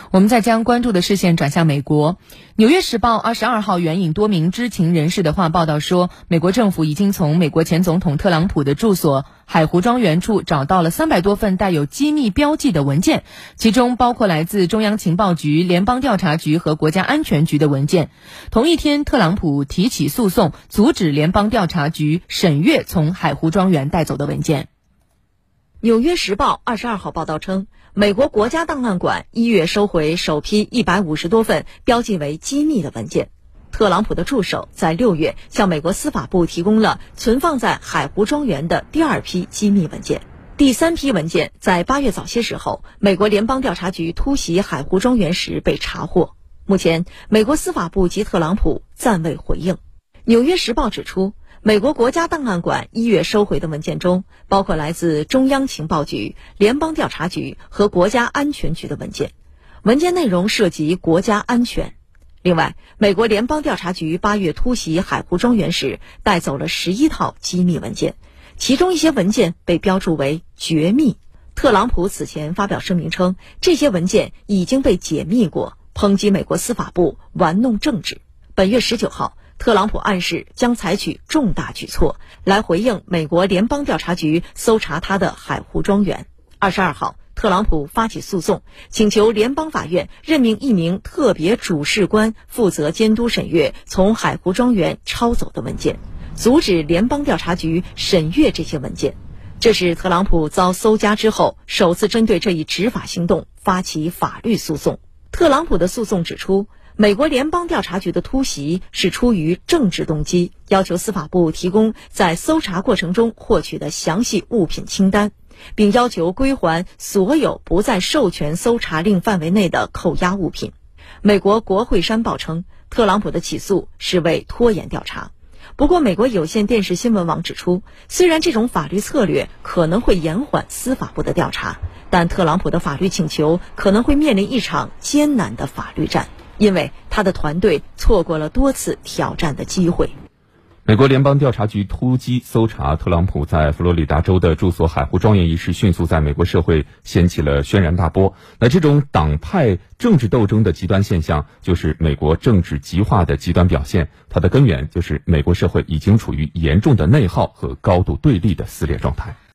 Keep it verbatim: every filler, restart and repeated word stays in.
我们再将关注的视线转向美国。纽约时报二十二号援引多名知情人士的话报道说，美国政府已经从美国前总统特朗普的住所海湖庄园处找到了三百多份带有机密标记的文件，其中包括来自中央情报局、联邦调查局和国家安全局的文件。同一天，特朗普提起诉讼，阻止联邦调查局审阅从海湖庄园带走的文件。 纽约时报二十二号报道称，美国国家档案馆一月收回首批一百五十多份标记为机密的文件。特朗普的助手在六月向美国司法部提供了存放在海湖庄园的第二批机密文件。第三批文件在八月早些时候，美国联邦调查局突袭海湖庄园时被查获。目前，美国司法部及特朗普暂未回应。纽约时报指出，美国国家档案馆一月收回的文件中，包括来自中央情报局、联邦调查局和国家安全局的文件，文件内容涉及国家安全。另外，美国联邦调查局八月突袭海湖庄园时，带走了十一套机密文件，其中一些文件被标注为绝密。特朗普此前发表声明称，这些文件已经被解密过，抨击美国司法部玩弄政治。本月十九号，特朗普暗示将采取重大举措来回应美国联邦调查局搜查他的海湖庄园。二十二号，特朗普发起诉讼，请求联邦法院任命一名特别主事官负责监督审阅从海湖庄园抄走的文件，阻止联邦调查局审阅这些文件。这是特朗普遭搜家之后首次针对这一执法行动发起法律诉讼。特朗普的诉讼指出，美国联邦调查局的突袭是出于政治动机，要求司法部提供在搜查过程中获取的详细物品清单，并要求归还所有不在授权搜查令范围内的扣押物品。美国国会山报称，特朗普的起诉是为拖延调查。不过，美国有线电视新闻网指出，虽然这种法律策略可能会延缓司法部的调查，但特朗普的法律请求可能会面临一场艰难的法律战，因为他的团队错过了多次挑战的机会。 美国联邦调查局突击搜查特朗普在佛罗里达州的住所海湖庄园一事，迅速在美国社会掀起了轩然大波。那这种党派政治斗争的极端现象，就是美国政治极化的极端表现，它的根源就是美国社会已经处于严重的内耗和高度对立的撕裂状态。